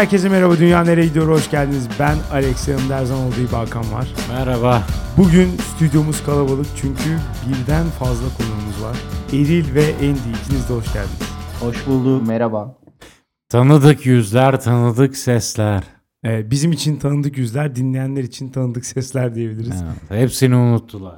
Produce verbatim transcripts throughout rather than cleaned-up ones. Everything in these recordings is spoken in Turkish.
Herkese merhaba, Dünya Nereye Gidiyor, hoş geldiniz. Ben Alex, yanımda her zaman olduğu gibi Hakan var. Merhaba. Bugün stüdyomuz kalabalık çünkü birden fazla konuğumuz var. Eril ve Endi, ikiniz de hoş geldiniz. Hoş bulduk. Merhaba. Tanıdık yüzler, tanıdık sesler. Ee, bizim için tanıdık yüzler, dinleyenler için tanıdık sesler diyebiliriz. Evet, hepsini unuttular.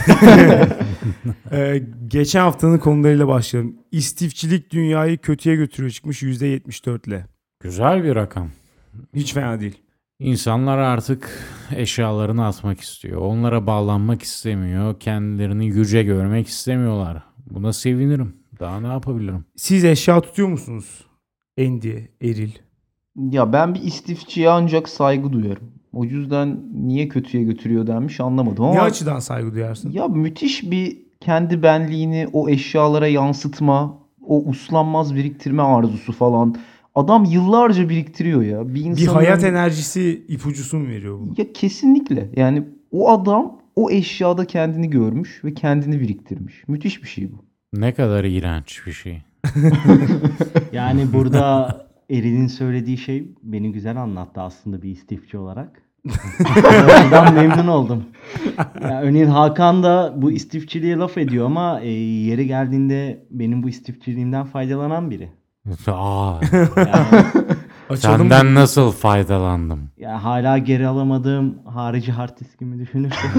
ee, geçen haftanın konularıyla başlayalım. İstifçilik dünyayı kötüye götürüyor çıkmış yüzde yetmiş dört ile. Güzel bir rakam. Hiç fena değil. İnsanlar artık eşyalarını atmak istiyor. Onlara bağlanmak istemiyor. Kendilerini yüce görmek istemiyorlar. Buna sevinirim. Daha ne yapabilirim? Siz eşya tutuyor musunuz? Endi, Eril. Ya ben bir istifçiye ancak saygı duyarım. O yüzden niye kötüye götürüyor denmiş anlamadım ama. Ne açıdan saygı duyarsın? Ya müthiş bir kendi benliğini o eşyalara yansıtma, o uslanmaz biriktirme arzusu falan. Adam yıllarca biriktiriyor ya. Bir, Bir insanın... hayat enerjisi ipucusu mu veriyor bu? Ya kesinlikle. Yani o adam o eşyada kendini görmüş ve kendini biriktirmiş. Müthiş bir şey bu. Ne kadar iğrenç bir şey. Yani burada Eril'in söylediği şey beni güzel anlattı aslında bir istifçi olarak. Ondan memnun oldum. Ya örneğin Hakan da bu istifçiliğe laf ediyor ama e, yeri geldiğinde benim bu istifçiliğimden faydalanan biri. Aa, Yani, Açalım senden mı? nasıl faydalandım? ya hala geri alamadığım harici hard diskimi düşünürsek.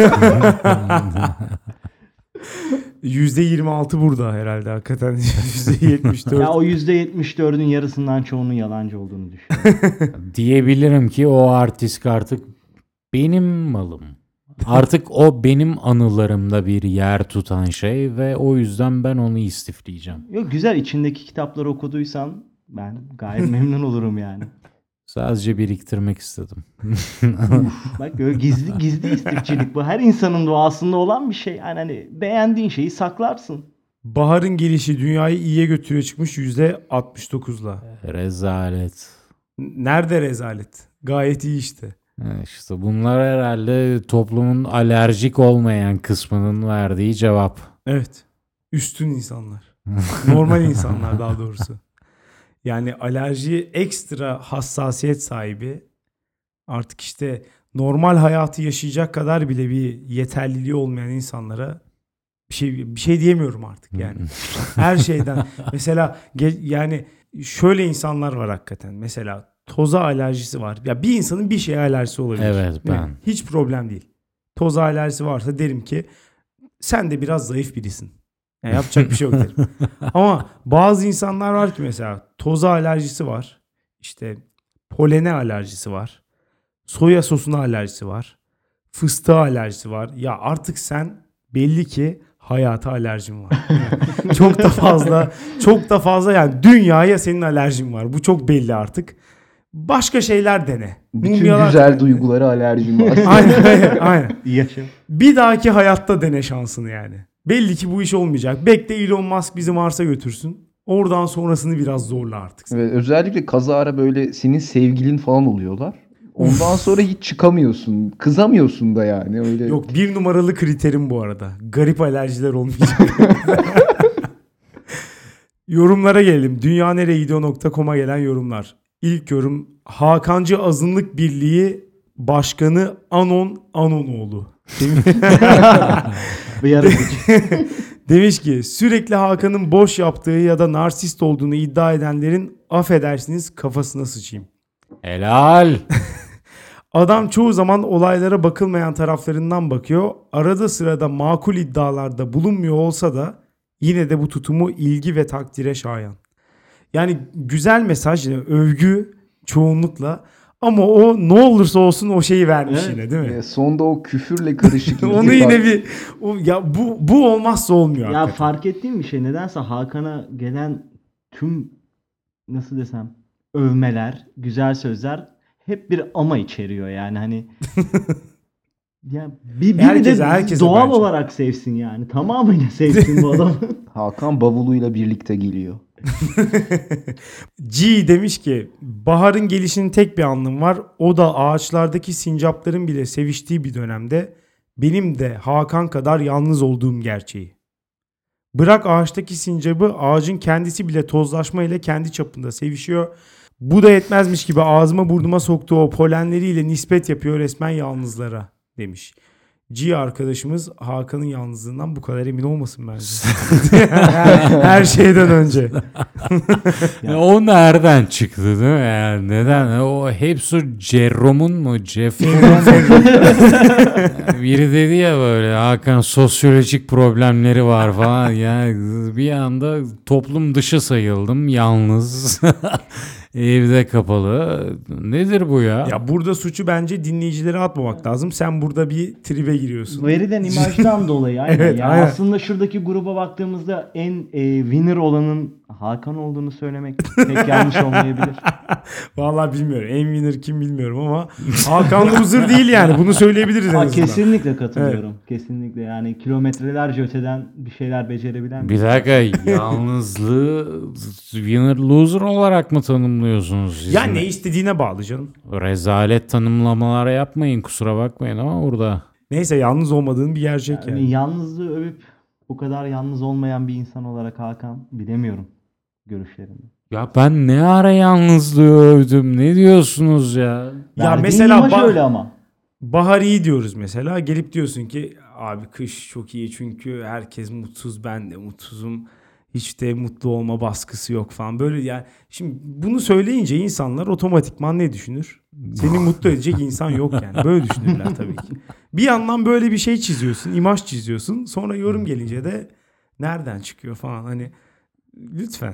yüzde yirmi altı burada herhalde hakikaten. yüzde yetmiş dört. ya o yüzde yetmiş dördün yarısından çoğunun yalancı olduğunu düşünüyorum. Diyebilirim ki o artist artık benim malım. Artık o benim anılarımda bir yer tutan şey ve o yüzden ben onu istifleyeceğim. Yok güzel, içindeki kitapları okuduysan ben gayet memnun olurum yani. Sadece biriktirmek istedim. Bak böyle gizli gizli istifçilik bu. Her insanın doğasında olan bir şey. Yani hani beğendiğin şeyi saklarsın. Baharın gelişi dünyayı iyiye götürüyor çıkmış yüzde altmış dokuzla. Rezalet. Nerede rezalet? Gayet iyi işte. İşte bunlar herhalde toplumun alerjik olmayan kısmının verdiği cevap. Evet. Üstün insanlar. Normal insanlar daha doğrusu. Yani alerji ekstra hassasiyet sahibi. Artık işte normal hayatı yaşayacak kadar bile bir yeterliliği olmayan insanlara bir şey bir şey diyemiyorum artık yani. Her şeyden. Mesela ge- yani şöyle insanlar var hakikaten. Mesela toza alerjisi var. Ya bir insanın bir şeye alerjisi olabilir. Evet, ben. Yani hiç problem değil. Toza alerjisi varsa derim ki sen de biraz zayıf birisin. Yani yapacak bir şey yok derim. Ama bazı insanlar var ki mesela toza alerjisi var. İşte polene alerjisi var. Soya sosuna alerjisi var. Fıstığa alerjisi var. Ya artık sen belli ki hayata alerjin var. Yani çok da fazla, çok da fazla yani dünyaya senin alerjin var. Bu çok belli artık. Başka şeyler dene. Bütün Mumyalar- güzel duygulara alerjim var. Aynen, aynen, aynen. Yaşa. Bir dahaki hayatta dene şansını yani. Belli ki bu iş olmayacak. Bekle Elon Musk bizi Mars'a götürsün. Oradan sonrasını biraz zorla artık. Evet, özellikle kazara böyle senin sevgilin falan oluyorlar. Ondan sonra hiç çıkamıyorsun. Kızamıyorsun da yani. Öyle. Yok, bir numaralı kriterim bu arada. Garip alerjiler olmayacak. Yorumlara gelelim. dünya nereye gidiyor nokta com'a gelen yorumlar. İlk yorum Hakancı Azınlık Birliği Başkanı Anon Anonoğlu. Bir yaratıcı. Demiş ki sürekli Hakan'ın boş yaptığı ya da narsist olduğunu iddia edenlerin affedersiniz kafasına sıçayım. Helal. Adam çoğu zaman olaylara bakılmayan taraflarından bakıyor. Arada sırada makul iddialarda bulunmuyor olsa da yine de bu tutumu ilgi ve takdire şayan. Yani güzel mesaj, yani övgü çoğunlukla, ama o ne olursa olsun o şeyi vermiş Evet. yine, değil mi? E, sonda o küfürle karışık. Onu ilgi yine var. bir o, ya bu bu olmazsa olmuyor. Ya hakikaten. fark ettiğim bir şey, nedense Hakan'a gelen tüm, nasıl desem, övmeler, güzel sözler hep bir ama içeriyor yani hani. Ya bir, biri Herkese, de herkese doğal bence. olarak sevsin yani. Tamamıyla sevsin bu adamı. Hakan bavuluyla birlikte geliyor. G demiş ki baharın gelişinin tek bir anlamı var. O da ağaçlardaki sincapların bile seviştiği bir dönemde benim de Hakan kadar yalnız olduğum gerçeği. Bırak ağaçtaki sincabı, ağacın kendisi bile tozlaşma ile kendi çapında sevişiyor. Bu da yetmezmiş gibi ağzıma burnuma soktuğu o polenleriyle nispet yapıyor resmen yalnızlara demiş. G arkadaşımız Hakan'ın yalnızlığından bu kadar emin olmasın bence. her, her şeyden önce. Ya o nereden çıktı değil mi? Yani neden? O hepsi Jerome'un mu? Jeffrey'un mu? Biri dedi ya böyle Hakan sosyolojik problemleri var falan. Yani bir anda toplum dışı sayıldım. Yalnız. Evde kapalı. Nedir bu ya? Ya burada suçu bence dinleyicilere atmamak lazım. Sen burada bir tribe giriyorsun. Veriden imajdan dolayı aynen. Evet, Yani aynen. aslında şuradaki gruba baktığımızda en e, winner olanın Hakan olduğunu söylemek pek yanlış olmayabilir. Vallahi bilmiyorum. En winner kim bilmiyorum ama Hakan loser değil yani. Bunu söyleyebiliriz en Ha, azından. kesinlikle katılıyorum. Kesinlikle yani kilometrelerce öteden bir şeyler becerebilen Bir dakika, yalnızlığı winner loser olarak mı tanımlıyorsunuz siz? Ya ne istediğine bağlı canım. Rezalet tanımlamalar yapmayın, kusura bakmayın ama burada. Neyse yalnız olmadığın bir gerçek yani. Yani yalnızlığı övüp bu kadar yalnız olmayan bir insan olarak Hakan bilemiyorum görüşlerimi. Ya ben ne ara yalnızlığı övdüm, ne diyorsunuz ya? Ya Verdiğin mesela imaj ba- öyle ama. Bahar iyi diyoruz mesela. Gelip diyorsun ki abi kış çok iyi çünkü herkes mutsuz, ben de mutsuzum. Hiç de mutlu olma baskısı yok falan. Böyle yani şimdi bunu söyleyince insanlar otomatikman ne düşünür? Seni mutlu edecek insan yok yani. Böyle düşünürler tabii ki. Bir yandan böyle bir şey çiziyorsun, imaj çiziyorsun. Sonra yorum gelince de nereden çıkıyor falan hani lütfen.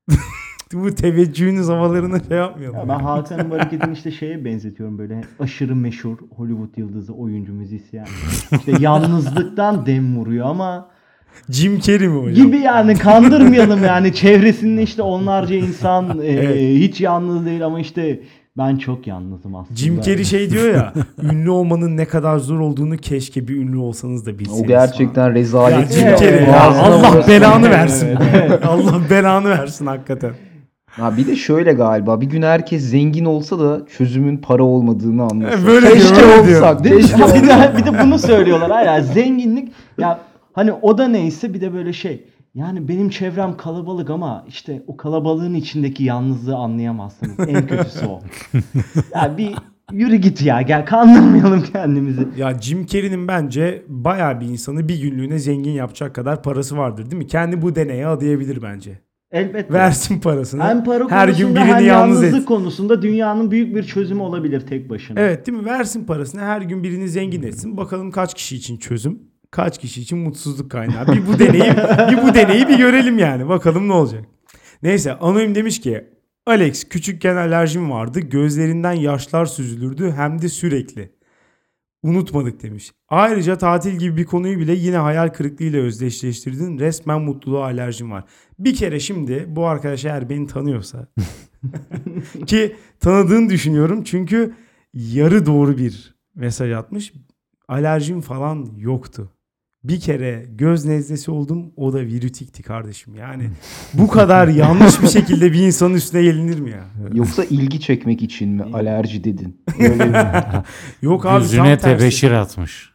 Bu teveccühünüz havalarına şey yapmayalım. Ya ben Hakan'ın bu hareketini işte şeye benzetiyorum, böyle aşırı meşhur Hollywood yıldızı, oyuncu, müzisyen. İşte yalnızlıktan dem vuruyor ama Jim Carrey mi hocam? gibi yani, kandırmayalım yani, çevresinde işte onlarca insan e, Evet. hiç yalnız değil ama işte ben çok yalnızım aslında. Jim Carrey şey diyor ya, ünlü olmanın ne kadar zor olduğunu keşke bir ünlü olsanız da bilseniz. O gerçekten falan. Ya rezalet. Jim Evet, Carrey evet. ya Ağzına Allah vurasın. belanı Evet, versin. evet, Allah belanı versin hakikaten. Ha bir de şöyle galiba, bir gün herkes zengin olsa da çözümün para olmadığını anlasın. E, böyle keşke diyor, böyle olsak. Değil mi? Keşke Ha, bir olsak. de, bir de bunu söylüyorlar. Hayır, yani zenginlik ya, hani o da neyse, bir de böyle şey. Yani benim çevrem kalabalık ama işte o kalabalığın içindeki yalnızlığı anlayamazsınız. En kötüsü o. Ya bir yürü git ya, gel kandırmayalım kendimizi. Ya Jim Carrey'nin bence bayağı bir insanı bir günlüğüne zengin yapacak kadar parası vardır değil mi? Kendi bu deneye adayabilir bence. Elbette. Versin parasını. Hem para her gün konusunda birini hem yalnız yalnızlık et. konusunda dünyanın büyük bir çözümü olabilir tek başına. Evet değil mi? Versin parasını, her gün birini zengin etsin. Bakalım kaç kişi için çözüm, kaç kişi için mutsuzluk kaynağı. Bir bu deneyi, bir bu deneyi bir görelim yani. Bakalım ne olacak. Neyse Anonim demiş ki Alex küçükken alerjim vardı. Gözlerinden yaşlar süzülürdü hem de sürekli. Unutmadık demiş. Ayrıca tatil gibi bir konuyu bile yine hayal kırıklığıyla özdeşleştirdin. Resmen mutluluğa alerjim var. Bir kere şimdi bu arkadaş eğer beni tanıyorsa ki tanıdığını düşünüyorum çünkü yarı doğru bir mesaj atmış. Alerjim falan yoktu. Bir kere göz nezlesi oldum, o da virütikti kardeşim. Yani bu kadar yanlış bir şekilde bir insanın üstüne gelinir mi ya? Yoksa ilgi çekmek için mi alerji dedin? Öyle mi? Yok abi tam Yüzüne tersi. tebeşir atmış.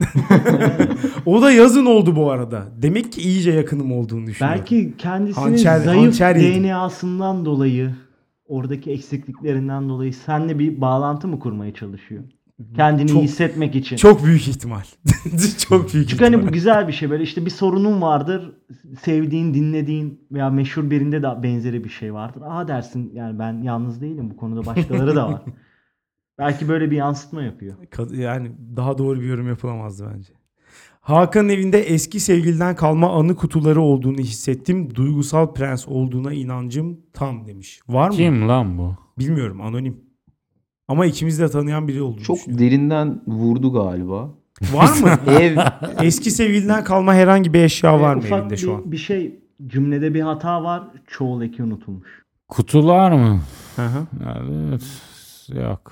O da yazın oldu bu arada. Demek ki iyice yakınım olduğunu düşünüyorum. Belki kendisinin Hançer- zayıf hançer yedi. D N A'sından dolayı, oradaki eksikliklerinden dolayı seninle bir bağlantı mı kurmaya çalışıyor? Kendini Çok- iyi hissetmek için. Çok büyük ihtimal. Çok büyük Çünkü ihtimal. hani bu güzel bir şey, böyle işte bir sorunun vardır, sevdiğin, dinlediğin veya meşhur birinde de benzeri bir şey vardır. Aa dersin, yani ben yalnız değilim, bu konuda başkaları da var. Belki böyle bir yansıtma yapıyor. Kad- Yani daha doğru bir yorum yapılamazdı bence. Hakan'ın evinde eski sevgiliden kalma anı kutuları olduğunu hissettim. Duygusal prens olduğuna inancım tam demiş. Var mı? Kim lan bu? Bilmiyorum, anonim. Ama ikimiz de tanıyan biri olduğunu Çok düşünüyorum. derinden vurdu galiba. Var mı? Ev Eski sevgiliden kalma herhangi bir eşya var Ee, mı ufak evinde bir, şu an? bir şey, cümlede bir hata var, çoğul eki unutulmuş. Kutular mı? Hı hı. Yani, evet, yok.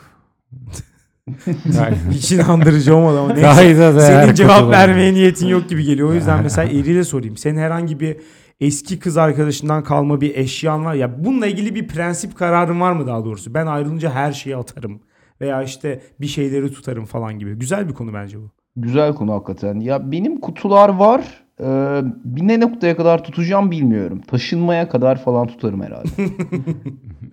Yani, Hiç inandırıcı olmadı ama neyse. Kayda değer Senin cevap kutular. vermeye niyetin yok gibi geliyor. O yüzden mesela Eril'e sorayım. Senin herhangi bir eski kız arkadaşından kalma bir eşyan var ya, bununla ilgili bir prensip kararın var mı daha doğrusu? Ben ayrılınca her şeyi atarım veya işte bir şeyleri tutarım falan gibi. Güzel bir konu bence bu. güzel konu hakikaten. Ya benim kutular var. Ee, bir ne noktaya kadar tutacağım bilmiyorum. Taşınmaya kadar falan tutarım herhalde.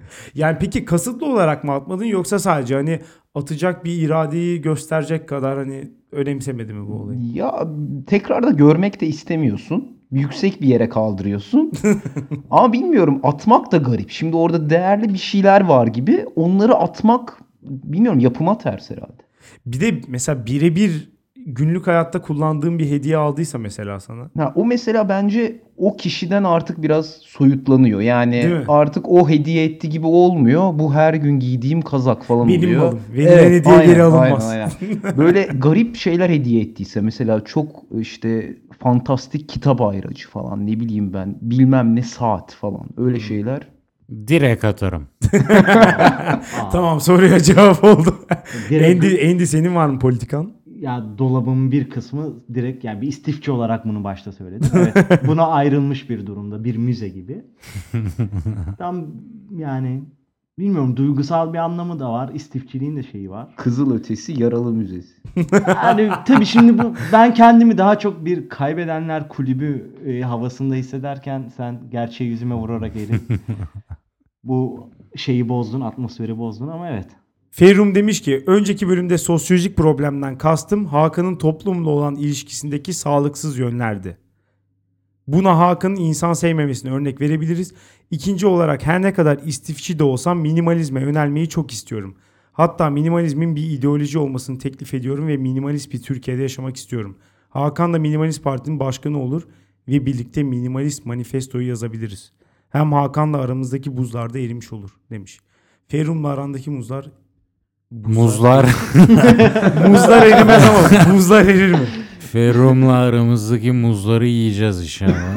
Yani peki kasıtlı olarak mı atmadın yoksa sadece hani atacak bir iradeyi gösterecek kadar hani önemsemedi mi bu olayı? Ya tekrar da görmek de istemiyorsun. Yüksek bir yere kaldırıyorsun. Ama bilmiyorum, atmak da garip. Şimdi orada değerli bir şeyler var gibi. Onları atmak bilmiyorum, yapıma ters herhalde. Bir de mesela birebir günlük hayatta kullandığın bir hediye aldıysa mesela sana. Ha, o mesela bence o kişiden artık biraz soyutlanıyor. Değil Yani mi? artık o hediye etti gibi olmuyor. Bu her gün giydiğim kazak falan Benim oluyor. malım. Verilen hediye geri alınmaz. Aynen, aynen. Böyle garip şeyler hediye ettiyse mesela, çok işte fantastik kitap ayracı falan, ne bileyim ben, bilmem ne saat falan, öyle şeyler. Direkt atarım. Tamam, soruya cevap oldu. Direkt- Andy, Andy senin var mı politikan? Ya dolabımın bir kısmı direkt, yani bir istifçi olarak bunu başta söyledim. Evet, buna ayrılmış bir durumda, bir müze gibi. Tam yani bilmiyorum, duygusal bir anlamı da var. İstifçiliğin de şeyi var. Kızıl Ötesi Yaralı Müzesi. Yani tabii şimdi bu, ben kendimi daha çok bir kaybedenler kulübü e, havasında hissederken sen gerçeği yüzüme vurarak eğilip bu şeyi bozdun, atmosferi bozdun ama evet. Ferrum demiş ki önceki bölümde sosyolojik problemden kastım Hakan'ın toplumla olan ilişkisindeki sağlıksız yönlerdi. Buna Hakan'ın insan sevmemesine örnek verebiliriz. İkinci olarak her ne kadar istifçi de olsam minimalizme yönelmeyi çok istiyorum. Hatta minimalizmin bir ideoloji olmasını teklif ediyorum ve minimalist bir Türkiye'de yaşamak istiyorum. Hakan da Minimalist Parti'nin başkanı olur ve birlikte minimalist manifestoyu yazabiliriz. Hem Hakan'la aramızdaki buzlar da erimiş olur demiş. Ferrum'la arandaki muzlar... Muzlar. Muzlar erimez ama buzlar erir mi? Ferrum'la aramızdaki muzları yiyeceğiz inşallah.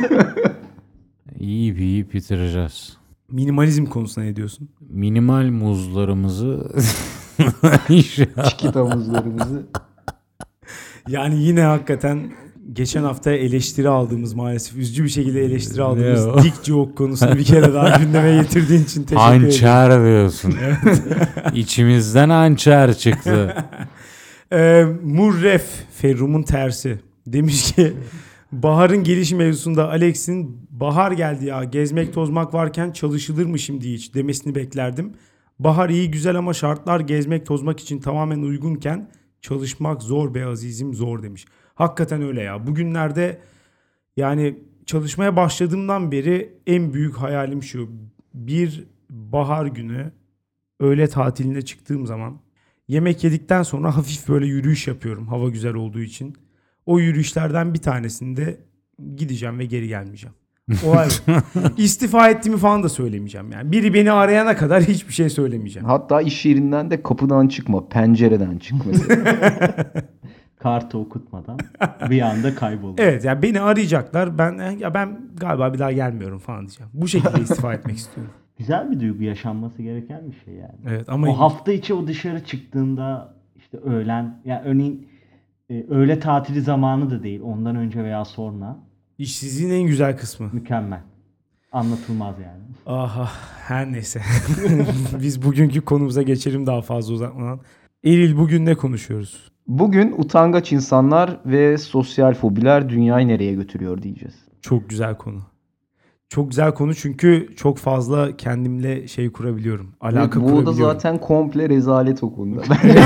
Yiyip yiyip bitireceğiz. Minimalizm konusuna ne diyorsun? Minimal muzlarımızı inşallah. Çikita muzlarımızı. Yani yine hakikaten geçen hafta eleştiri aldığımız, maalesef üzücü bir şekilde eleştiri Ne o? aldığımız dik joke konusunu bir kere daha gündeme getirdiğin için teşekkür ederim. Hançer diyorsun. İçimizden hançer çıktı. Ee, Murref, Ferrum'un tersi. Demiş ki Bahar'ın gelişi mevzusunda Alex'in bahar geldi ya gezmek tozmak varken çalışılır mı şimdi hiç demesini beklerdim. Bahar iyi güzel ama şartlar gezmek tozmak için tamamen uygunken çalışmak zor be azizim zor demiş. Hakikaten öyle ya. Bugünlerde yani çalışmaya başladığımdan beri en büyük hayalim şu. Bir bahar günü öğle tatiline çıktığım zaman yemek yedikten sonra hafif böyle yürüyüş yapıyorum hava güzel olduğu için. O yürüyüşlerden bir tanesinde gideceğim ve geri gelmeyeceğim. O ayrı. İstifa ettiğimi falan da söylemeyeceğim yani. Biri beni arayana kadar hiçbir şey söylemeyeceğim. Hatta iş yerinden de kapıdan çıkma, pencereden çık mesela. Kartı okutmadan bir anda kayboldu. Evet yani beni arayacaklar. Ben ya ben galiba bir daha gelmiyorum falan diyeceğim. Bu şekilde istifa etmek istiyorum. Güzel bir duygu, yaşanması gereken bir şey yani. Evet ama O hafta içi o dışarı çıktığında işte öğlen, ya örneğin e, öğle tatili zamanı da değil, ondan önce veya sonra işsizliğin en güzel kısmı. mükemmel. Anlatılmaz yani. Aha her neyse. Biz bugünkü konumuza geçelim daha fazla uzatmadan. Eril bugün ne konuşuyoruz? Bugün utangaç insanlar ve sosyal fobiler dünyayı nereye götürüyor diyeceğiz. Çok güzel konu. Çok güzel konu çünkü çok fazla kendimle şey kurabiliyorum. Alaka Bu da kurabiliyorum. zaten komple rezalet o konuda.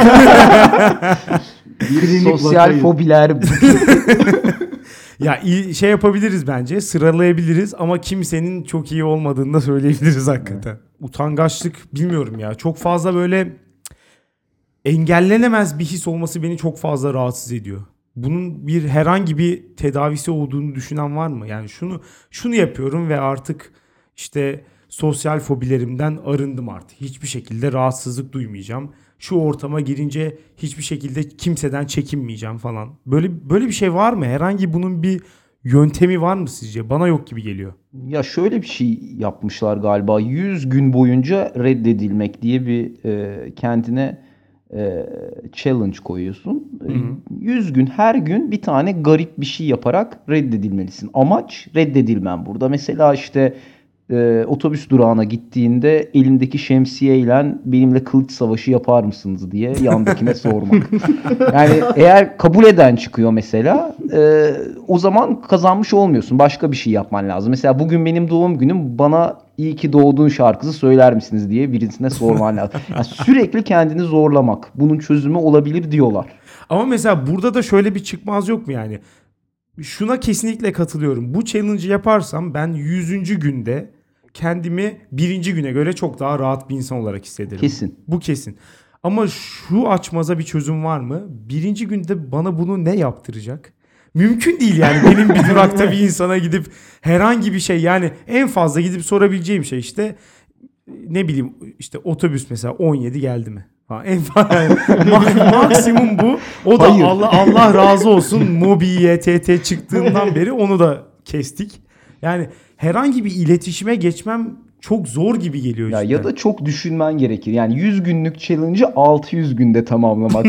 Bir Klinik sosyal vakayı. fobiler. Ya iyi- şey yapabiliriz bence, sıralayabiliriz ama kimsenin çok iyi olmadığını da söyleyebiliriz hakikaten. Utangaçlık bilmiyorum ya. Çok fazla böyle cık, engellenemez bir his olması beni çok fazla rahatsız ediyor. Bunun bir herhangi bir tedavisi olduğunu düşünen var mı? Yani şunu şunu yapıyorum ve artık işte sosyal fobilerimden arındım artık. Hiçbir şekilde rahatsızlık duymayacağım. Şu ortama girince hiçbir şekilde kimseden çekinmeyeceğim falan. Böyle böyle bir şey var mı? Herhangi bunun bir yöntemi var mı sizce? Bana yok gibi geliyor. Ya şöyle bir şey yapmışlar galiba. yüz gün boyunca reddedilmek diye bir e, kendine e, challenge koyuyorsun. Hı hı. yüz gün her gün bir tane garip bir şey yaparak reddedilmelisin. Amaç reddedilmen burada. Mesela işte e, otobüs durağına gittiğinde elindeki şemsiyeyle benimle kılıç savaşı yapar mısınız diye yandakine sormak. Yani eğer kabul eden çıkıyor mesela, e, o zaman kazanmış olmuyorsun. Başka bir şey yapman lazım. Mesela bugün benim doğum günüm, bana İyi ki doğduğun şarkısı söyler misiniz diye birisine sorman lazım. Yani sürekli kendini zorlamak. Bunun çözümü olabilir diyorlar. Ama mesela burada da şöyle bir çıkmaz yok mu yani? Şuna kesinlikle katılıyorum. Bu challenge'ı yaparsam ben yüzüncü günde kendimi birinci güne göre çok daha rahat bir insan olarak hissederim. Kesin. Bu kesin. Ama şu açmaza bir çözüm var mı? Birinci günde bana bunu ne yaptıracak? Mümkün değil yani benim bir durakta bir insana gidip herhangi bir şey, yani en fazla gidip sorabileceğim şey işte ne bileyim işte otobüs mesela on yedi geldi mi? Ha, en fazla yani, maksimum bu. O da Hayır. Allah Allah razı olsun Mobi Y T T çıktığından beri onu da kestik. Yani herhangi bir iletişime geçmem çok zor gibi geliyor Ya, cidden. ya da çok düşünmen gerekir. Yani yüz günlük challenge'ı altı yüz günde tamamlamak.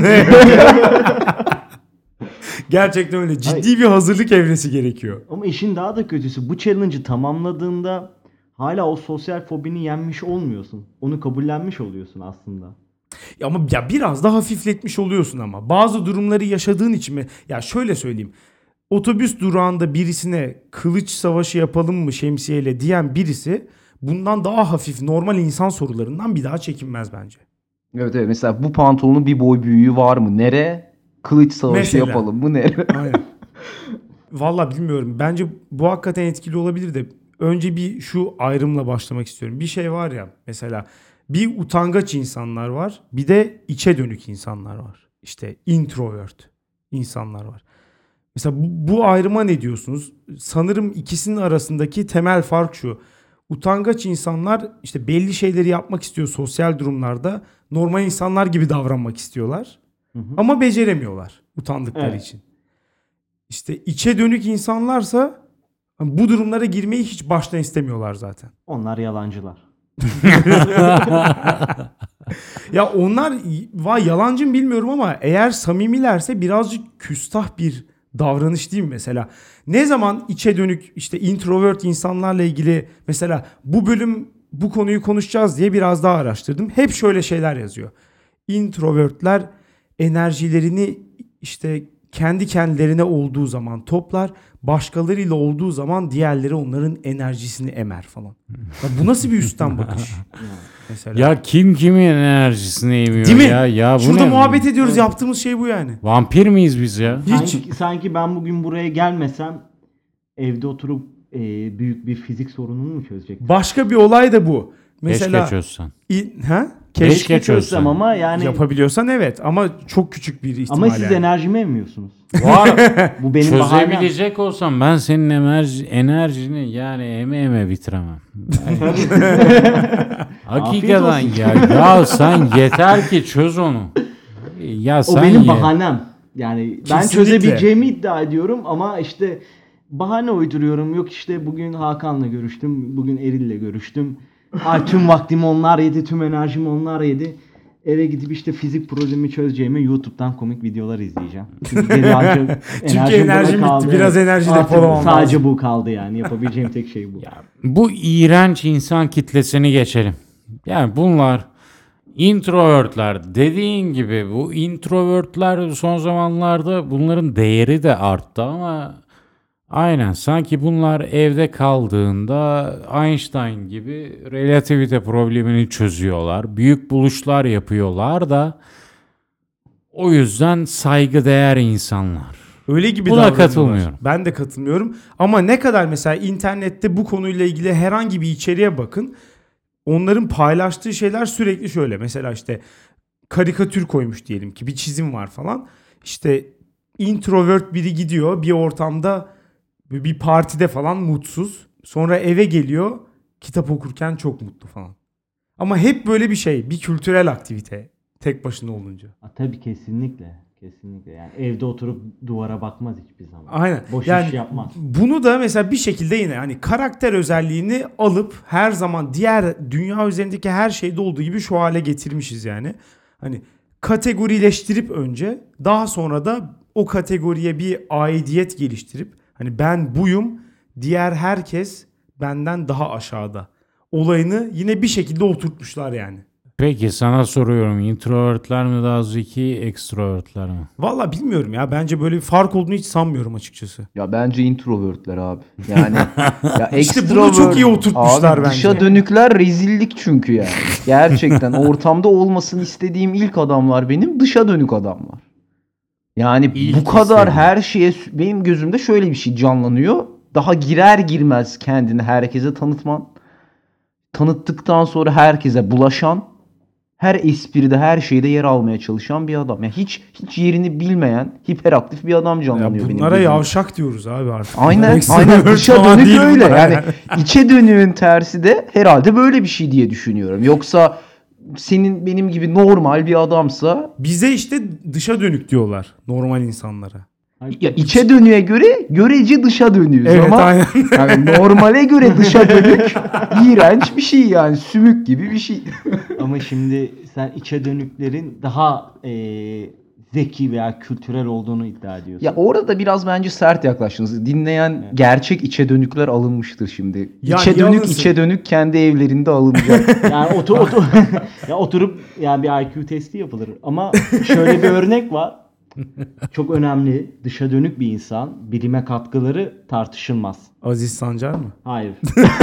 Gerçekten öyle. Ciddi Hayır. bir hazırlık evresi gerekiyor. Ama işin daha da kötüsü bu challenge'ı tamamladığında hala o sosyal fobini yenmiş olmuyorsun. Onu kabullenmiş oluyorsun aslında. Ya ama ya biraz da hafifletmiş oluyorsun ama. Bazı durumları yaşadığın için mi? Ya şöyle söyleyeyim. Otobüs durağında birisine kılıç savaşı yapalım mı şemsiyeyle diyen birisi bundan daha hafif normal insan sorularından bir daha çekinmez bence. Evet evet, mesela bu pantolonun bir boy büyüğü var mı? Nere? Kılıç savaşı Mesela. yapalım mı? Nere? Aynen. Vallahi bilmiyorum. Bence bu hakikaten etkili olabilir de önce bir şu ayrımla başlamak istiyorum. Bir şey var ya mesela bir utangaç insanlar var, bir de içe dönük insanlar var. İşte introvert insanlar var. Mesela bu, bu ayrıma ne diyorsunuz? Sanırım ikisinin arasındaki temel fark şu. Utangaç insanlar işte belli şeyleri yapmak istiyor sosyal durumlarda. Normal insanlar gibi davranmak istiyorlar. Hı hı. Ama beceremiyorlar utandıkları Evet. için. İşte içe dönük insanlarsa bu durumlara girmeyi hiç baştan istemiyorlar zaten. Onlar yalancılar. Ya onlar vay yalancı mı bilmiyorum ama eğer samimilerse birazcık küstah bir davranış değil mi mesela? Ne zaman içe dönük işte introvert insanlarla ilgili mesela bu bölüm bu konuyu konuşacağız diye biraz daha araştırdım. Hep şöyle şeyler yazıyor. Introvertler enerjilerini işte kendi kendilerine olduğu zaman toplar, başkalarıyla olduğu zaman diğerleri onların enerjisini emer falan. Ya bu nasıl bir üstten bakış? Mesela. Ya kim kimin enerjisini emiyor Değil mi? ya? Ya bu Şurada ne? muhabbet ediyoruz, yaptığımız şey bu yani. Vampir miyiz biz ya? Hiç. Sanki, sanki ben bugün buraya gelmesem evde oturup e, büyük bir fizik sorununu mu çözecektim? Başka bir olay da bu. Mesela Keşke çözsen. İ- ha? Keşke Keşke çözsen. Çözsem ama yani yapabiliyorsan evet ama çok küçük bir ihtimal. ama siz yani. enerjimi emmiyorsunuz. Var. Bu benim bahanem. Çözebilecek olsam ben senin enerji, enerjini yani eme eme bitiremem. Yani- Hakikaten Afiyet olsun. ya. Ya sen yeter ki çöz onu. Ya O sen benim ye. bahanem. Yani ben Kesinlikle. çözebileceğimi iddia ediyorum ama işte bahane uyduruyorum. Yok işte bugün Hakan'la görüştüm, bugün Eril'le görüştüm. Ay tüm vaktimi onlar yedi, tüm enerjimi onlar yedi. Eve gidip işte fizik problemi çözeceğime YouTube'dan komik videolar izleyeceğim. Çünkü geri ancak Çünkü enerjim enerjim buna bitti. Biraz enerji Artık depolamam sadece lazım. bu kaldı yani. Yapabileceğim tek şey bu. Bu iğrenç insan kitlesini geçelim. Yani bunlar introvertler. Dediğin gibi bu introvertler son zamanlarda bunların değeri de arttı ama aynen sanki bunlar evde kaldığında Einstein gibi relativite problemini çözüyorlar. Büyük buluşlar yapıyorlar da o yüzden saygıdeğer insanlar. Öyle gibi Buna davranıyorlar. katılmıyorum. Ben de katılmıyorum. Ama ne kadar mesela internette bu konuyla ilgili herhangi bir içeriğe bakın. Onların paylaştığı şeyler sürekli şöyle. Mesela işte karikatür koymuş diyelim ki bir çizim var falan. İşte introvert biri gidiyor bir ortamda bir partide falan mutsuz. Sonra eve geliyor kitap okurken çok mutlu falan. Ama hep böyle bir şey, bir kültürel aktivite tek başına olunca. Ha, tabii kesinlikle. Kesinlikle. Yani evde oturup duvara bakmaz hiçbir zaman. Aynen. Boş yani iş yapmaz. Bunu da mesela bir şekilde yine hani karakter özelliğini alıp her zaman diğer dünya üzerindeki her şeyde olduğu gibi şu hale getirmişiz yani. Hani kategorileştirip önce daha sonra da o kategoriye bir aidiyet geliştirip hani ben buyum, diğer herkes benden daha aşağıda olayını yine bir şekilde oturtmuşlar yani. Peki sana soruyorum. Introvertler mi daha zeki, extrovertler mi? Valla bilmiyorum ya. Bence böyle bir fark olduğunu hiç sanmıyorum açıkçası. Ya bence introvertler abi. Yani ya İşte bunu extrovert- çok iyi oturtmuşlar abi, bence. Dışa dönükler rezillik çünkü yani. Gerçekten ortamda olmasını istediğim ilk adamlar benim dışa dönük adamlar. Yani İlk bu kadar istediğim. her şeye benim gözümde şöyle bir şey canlanıyor. Daha girer girmez kendini herkese tanıtman. Tanıttıktan sonra herkese bulaşan, her espride, her şeyde yer almaya çalışan bir adam. Yani hiç hiç yerini bilmeyen, hiperaktif bir adam Ya canlanıyor benim bunlara gözümde. yavşak diyoruz abi artık. Aynen, Extrovert aynen dışa falan dönük değil öyle. bunlar Yani içe dönüğün tersi de herhalde böyle bir şey diye düşünüyorum. Yoksa senin benim gibi normal bir adamsa Bize işte dışa dönük diyorlar normal insanlara. ya içe dönüğe göre görece dışa dönüyoruz Evet, ama aynen. yani normale göre dışa dönük iğrenç bir şey yani sümük gibi bir şey. Ama şimdi sen içe dönüklerin daha eee, zeki veya kültürel olduğunu iddia ediyorsun. Ya orada da biraz bence sert yaklaştınız. Dinleyen gerçek içe dönükler alınmıştır şimdi. Ya içe iyi dönük alınsın. içe dönük kendi evlerinde alınacak. Yani otur, otur, ya oturup yani bir I Q testi yapılır. Ama şöyle bir örnek var. Çok önemli. Dışa dönük bir insan. Bilime katkıları tartışılmaz. Aziz Sancar mı? Hayır.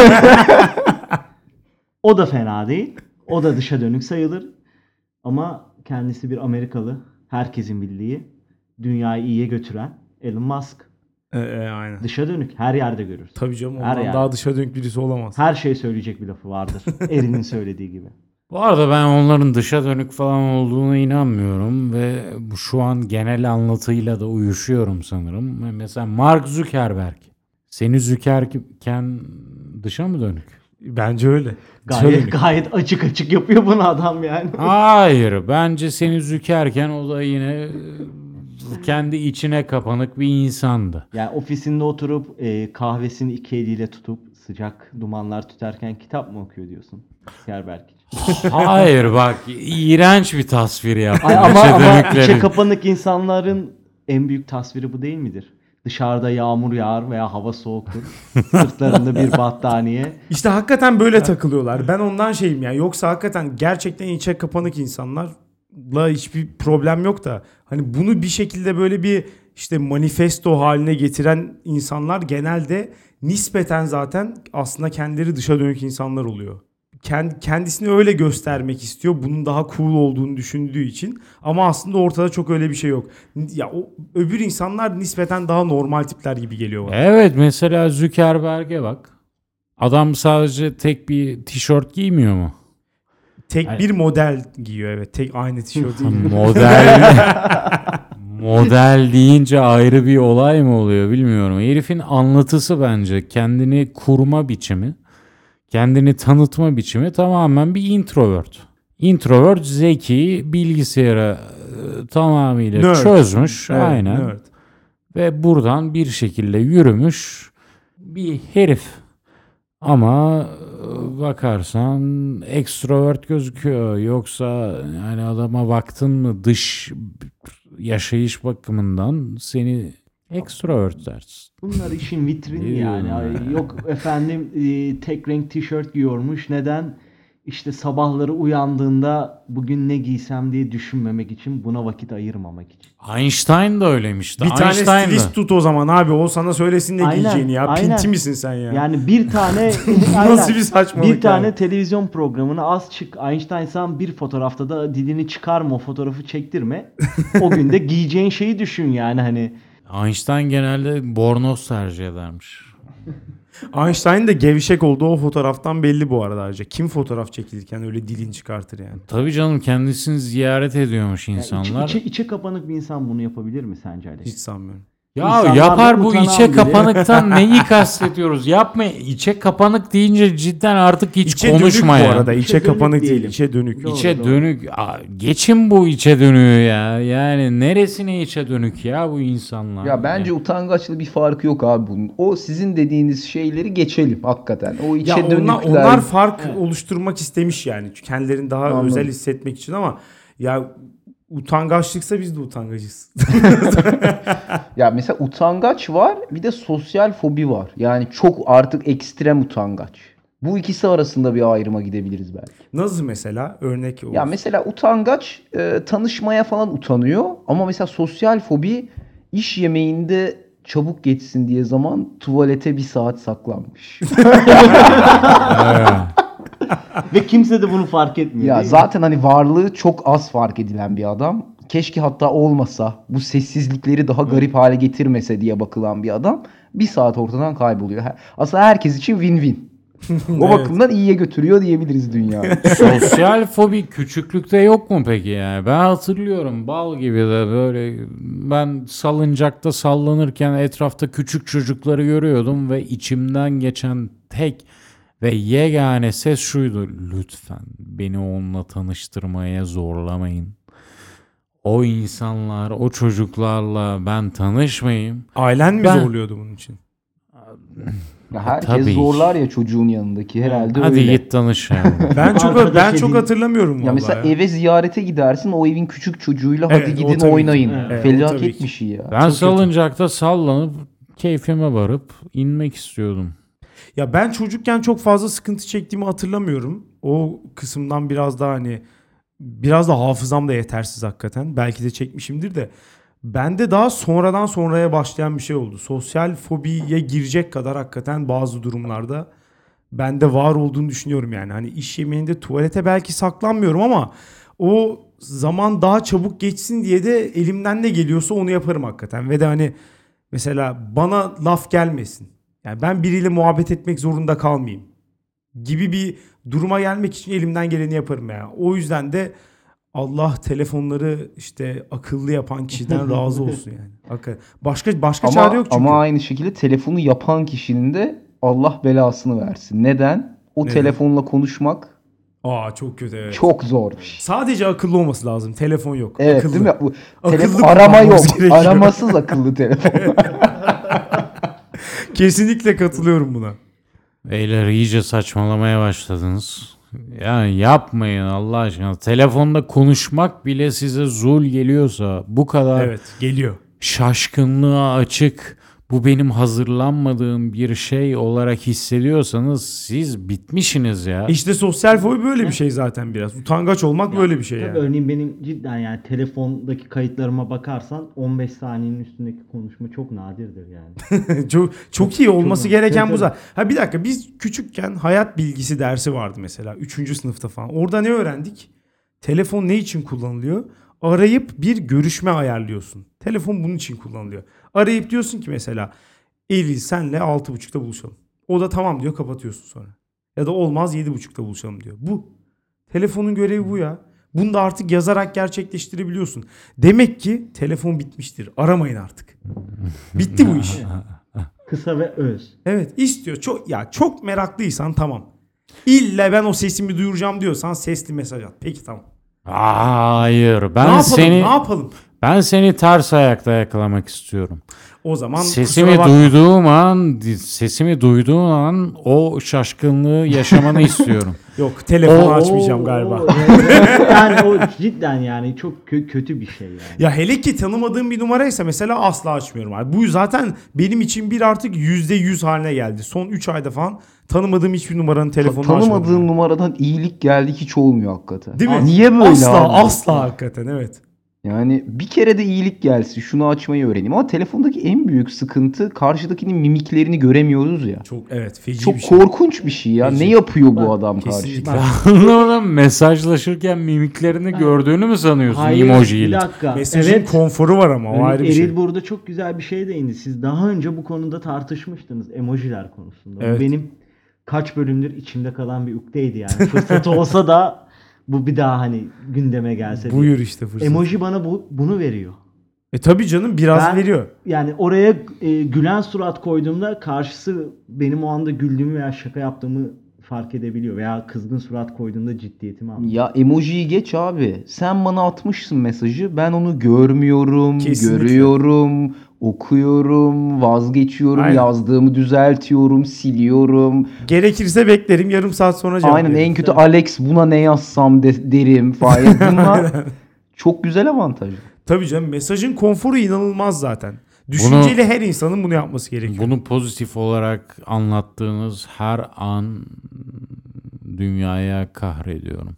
O da fena değil. O da dışa dönük sayılır. Ama kendisi bir Amerikalı. Herkesin bildiği. Dünyayı iyiye götüren Elon Musk. E, e, aynen. Dışa dönük. Her yerde görürüz. Tabii canım Her ondan yerde. daha dışa dönük birisi olamaz. Her şey söyleyecek bir lafı vardır. Erin'in söylediği gibi. Bu arada ben onların dışa dönük falan olduğuna inanmıyorum ve bu şu an genel anlatıyla da uyuşuyorum sanırım. Mesela Mark Zuckerberg. Seni Zuckerberg'ken dışa mı dönük? Bence öyle. Dışa Gayet dönük. gayet açık açık yapıyor bunu adam yani. Hayır. Bence seni Zuckerberg'ken o da yine e, kendi içine kapanık bir insandı. Yani ofisinde oturup e, kahvesini iki eliyle tutup sıcak dumanlar tüterken kitap mı okuyor diyorsun? Zuckerberg. Hayır bak iğrenç bir tasvir yaptın. Ay, ama içe ama dönüklerin. içe kapanık insanların en büyük tasviri bu değil midir? Dışarıda yağmur yağar veya hava soğuktur. Sırtlarında bir battaniye. İşte hakikaten böyle takılıyorlar. Ben ondan şeyim ya. Yoksa hakikaten gerçekten içe kapanık insanlarla hiçbir problem yok da hani bunu bir şekilde böyle bir işte manifesto haline getiren insanlar genelde nispeten zaten aslında kendileri dışa dönük insanlar oluyor. Kend- Kendisini öyle göstermek istiyor. Bunun daha cool olduğunu düşündüğü için. Ama aslında ortada çok öyle bir şey yok. Ya o öbür insanlar nispeten daha normal tipler gibi geliyor bana. Evet mesela Zuckerberg'e bak. Adam sadece tek bir tişört giymiyor mu? Tek Yani- bir model giyiyor evet. Tek aynı tişört değil. Model model deyince ayrı bir olay mı oluyor bilmiyorum. Herifin anlatısı bence kendini kurma biçimi, kendini tanıtma biçimi tamamen bir introvert. Introvert zeki, bilgisayara e, tamamıyla Nerd. çözmüş Evet, aynen nerd. ve buradan bir şekilde yürümüş bir herif. Ama e, bakarsan ekstrovert gözüküyor. Yoksa yani adama baktın mı dış yaşayış bakımından seni ekstrovert dersin. Bunlar işin vitrini Ne yani. diyorum Ay, ya? Yok efendim e, tek renk tişört giyiyormuş. Neden? İşte sabahları uyandığında bugün ne giysem diye düşünmemek için, buna vakit ayırmamak için. Einstein da öyleymiş. Bir tane Einstein da. stilist tut o zaman abi. O sana söylesin ne Aynen, giyeceğini ya. aynen. Pinti misin sen ya? Yani bir tane Nasıl bir saçmalık bir tane yani? televizyon programına az çık Einstein'san bir fotoğrafta da dilini çıkarma, o fotoğrafı çektirme. O günde giyeceğin şeyi düşün yani hani. Einstein genelde bornoz tercih edermiş. Einstein de gevşek olduğu o fotoğraftan belli bu arada ayrıca. Kim fotoğraf çekilirken öyle dilini çıkartır yani. Tabii canım kendisini ziyaret ediyormuş Yani içe, insanlar. içe, içe kapanık bir insan bunu yapabilir mi sence Alex? Hiç sanmıyorum. Ya İnsanlar yapar da bu utanan içe biri. kapanıktan neyi kastediyoruz? Yapma içe kapanık deyince cidden artık hiç İçe konuşma dönük ya. bu arada. İçe İçe dönük kapanık değil. diyelim. içe dönük. Doğru. İçe dönük. Aa, geçin bu içe dönüğü ya. Yani neresine içe dönük ya bu insanlar? Ya bence utangaçlı bir farkı yok abi bunun. O sizin dediğiniz şeyleri geçelim hakikaten. O içe Ya onlar, dönükler. onlar fark oluşturmak istemiş yani. Kendilerini daha Anladım. özel hissetmek için ama ya utangaçlıksa biz de utangacız. Ya mesela utangaç var, bir de sosyal fobi var. Yani çok artık ekstrem utangaç. Bu ikisi arasında bir ayrıma gidebiliriz belki. Nasıl mesela? Örnek olur. Ya mesela utangaç e, tanışmaya falan utanıyor ama mesela sosyal fobi iş yemeğinde çabuk geçsin diye zaman tuvalete bir saat saklanmış. Ve kimse de bunu fark etmiyor. Ya değil mi? zaten hani varlığı çok az fark edilen bir adam. Keşke hatta olmasa, bu sessizlikleri daha garip hale getirmese diye bakılan bir adam. Bir saat ortadan kayboluyor. Her- Aslında herkes için win-win. O Evet. bakımdan iyiye götürüyor diyebiliriz dünyayı. Sosyal fobi küçüklükte yok mu peki yani? Ben hatırlıyorum bal gibi de böyle ben salıncakta sallanırken etrafta küçük çocukları görüyordum ve içimden geçen tek ve yegane ses şuydu: lütfen beni onunla tanıştırmaya zorlamayın. O insanlar, o çocuklarla ben tanışmayayım. Ailen mi Ben- zorluyordu bunun için? Ya herkes Tabii. zorlar ya çocuğun yanındaki herhalde Hadi öyle. git tanış yani. Ben çok Arkadaş ben çok edin. hatırlamıyorum Ya vallahi. mesela ya. eve ziyarete gidersin, o evin küçük çocuğuyla Evet, hadi o gidin tabii ki. oynayın. Evet, o tabii Felaket ki. bir şey ya. Ben Çok salıncakta sallanıp keyfime varıp inmek istiyordum. Ya ben çocukken çok fazla sıkıntı çektiğimi hatırlamıyorum. O kısımdan biraz daha hani biraz da hafızam da yetersiz hakikaten. Belki de çekmişimdir de. Bende daha sonradan sonraya başlayan bir şey oldu. Sosyal fobiye girecek kadar hakikaten bazı durumlarda bende var olduğunu düşünüyorum yani. Hani iş yemeğinde tuvalete belki saklanmıyorum ama o zaman daha çabuk geçsin diye de elimden ne geliyorsa onu yaparım hakikaten. Ve de hani mesela bana laf gelmesin. Yani ben biriyle muhabbet etmek zorunda kalmayayım gibi bir duruma gelmek için elimden geleni yaparım yani. O yüzden de Allah telefonları işte akıllı yapan kişiden razı olsun yani. Hakikaten. Başka başka çare Ama, yok çünkü. ama aynı şekilde telefonu yapan kişinin de Allah belasını versin. Neden? O Neden? telefonla konuşmak Aa çok kötü evet. çok zor bir şey. Sadece akıllı olması lazım. Telefon yok. Evet akıllı. değil mi? Bu Akıllı telefon, arama yok. kullanmamız gerekiyor. Aramasız akıllı telefon. Kesinlikle katılıyorum buna. Beyler iyice saçmalamaya başladınız. Yani yapmayın Allah aşkına. Telefonda konuşmak bile size zul geliyorsa, bu kadar Evet geliyor. şaşkınlığa açık, bu benim hazırlanmadığım bir şey olarak hissediyorsanız siz bitmişsiniz ya. İşte sosyal fobi böyle bir şey zaten biraz. Utangaç olmak böyle bir şey Tabii yani. örneğin benim cidden yani telefondaki kayıtlarıma bakarsan on beş saniyenin üstündeki konuşma çok nadirdir yani. çok çok iyi olması çok- gereken tabii, bu tabii. zaten. Ha bir dakika biz küçükken hayat bilgisi dersi vardı mesela üçüncü sınıfta falan. Orada ne öğrendik? Telefon ne için kullanılıyor? Arayıp bir görüşme ayarlıyorsun. Telefon bunun için kullanılıyor. Arayıp diyorsun ki mesela Eylül senle altı buçukta buluşalım. O da tamam diyor, kapatıyorsun sonra. Ya da olmaz yedi buçukta buluşalım diyor. Bu. Telefonun görevi bu ya. Bunu da artık yazarak gerçekleştirebiliyorsun. Demek ki telefon bitmiştir. Aramayın artık. Bitti bu iş. Kısa ve öz. Evet istiyor. Çok ya çok meraklıysan tamam. İlle ben o sesimi duyuracağım diyorsan sesli mesaj at. Peki tamam. Hayır, ne ben yapalım? seni Ne yapalım? ben seni ters ayakta yakalamak istiyorum. O zaman Sesimi kusura bakma. duyduğum an, sesimi duyduğun an o şaşkınlığı yaşamanı istiyorum. Yok telefonu Oo. açmayacağım galiba. O- yani o cidden yani çok kö- kötü bir şey yani. Ya hele ki tanımadığım bir numaraysa mesela asla açmıyorum abi. Bu zaten benim için bir artık yüzde yüz haline geldi. Son üç ayda falan tanımadığım hiçbir numaranın telefonunu açmadım. Tanımadığın yani. numaradan iyilik geldi hiç olmuyor hakikaten. Değil mi? Niye böyle asla, abi? Asla hakikaten evet. Yani bir kere de iyilik gelsin. Şunu açmayı öğreneyim. Ama telefondaki en büyük sıkıntı karşıdakinin mimiklerini göremiyoruz ya. Çok evet feci Çok bir şey. korkunç bir şey ya. Feci. Ne yapıyor bu Bak, adam Kesinlikle. karşıda? Anlamadım, mesajlaşırken mimiklerini gördüğünü mü sanıyorsun Hayır bir emojiyle? dakika. Mesajın Evet. konforu var ama o Örneğin ayrı bir Eril şey. burada çok güzel bir şey değindi. Siz daha önce bu konuda tartışmıştınız emojiler konusunda. Bu Evet. benim kaç bölümdür içimde kalan bir ukteydi yani. Fırsatı olsa da bu bir daha hani gündeme gelse diye. Buyur işte fırsat. Emoji bana bu bunu veriyor. E tabii canım biraz Ben- veriyor. Yani oraya e, gülen surat koyduğumda karşısı benim o anda güldüğümü veya şaka yaptığımı fark edebiliyor. Veya kızgın surat koyduğumda ciddiyetimi anlıyor. Ya emojiyi geç abi. Sen bana atmışsın mesajı. Ben onu görmüyorum, Kesinlikle. görüyorum, okuyorum, vazgeçiyorum, Aynen. yazdığımı düzeltiyorum, siliyorum. Gerekirse beklerim yarım saat sonra cevap Aynen veririm. en kötü Alex buna ne yazsam de- derim falan. Bunlar çok güzel avantaj. Tabii canım mesajın konforu inanılmaz zaten. Düşünceli her insanın bunu yapması gerekiyor. Bunu pozitif olarak anlattığınız her an dünyaya kahrediyorum.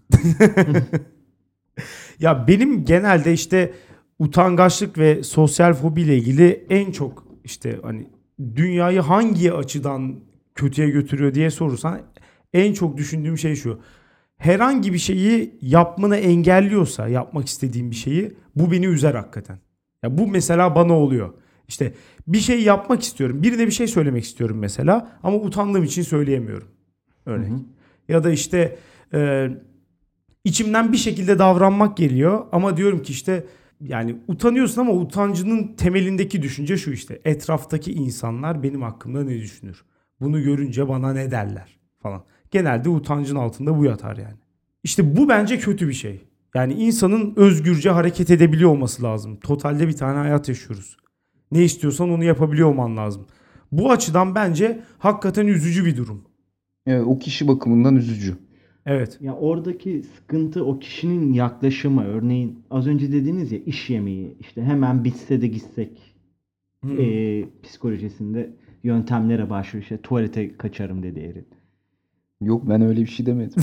Ya benim genelde işte utangaçlık ve sosyal fobi ile ilgili en çok işte hani dünyayı hangi açıdan kötüye götürüyor diye sorursan en çok düşündüğüm şey şu. Herhangi bir şeyi yapmanı engelliyorsa, yapmak istediğim bir şeyi, bu beni üzer hakikaten. Ya bu mesela bana oluyor. İşte bir şey yapmak istiyorum. Birine bir şey söylemek istiyorum mesela ama utandığım için söyleyemiyorum. Örnek. Hı hı. Ya da işte e, içimden bir şekilde davranmak geliyor ama diyorum ki işte yani utanıyorsun ama utancının temelindeki düşünce şu işte. Etraftaki insanlar benim hakkımda ne düşünür? Bunu görünce bana ne derler falan. Genelde utancın altında bu yatar yani. İşte bu bence kötü bir şey. Yani insanın özgürce hareket edebiliyor olması lazım. Totalde bir tane hayat yaşıyoruz. Ne istiyorsan onu yapabiliyor olman lazım. Bu açıdan bence hakikaten üzücü bir durum. Evet, o kişi bakımından üzücü. Evet. Ya oradaki sıkıntı o kişinin yaklaşımı. Örneğin az önce dediğiniz ya iş yemeği işte hemen bitse de gitsek Hmm. e, psikolojisinde yöntemlere başlıyor. İşte tuvalete kaçarım dedi Erin. Yok, ben öyle bir şey demedim.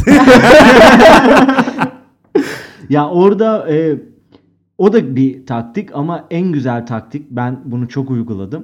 Ya orada e, o da bir taktik ama en güzel taktik. Ben bunu çok uyguladım.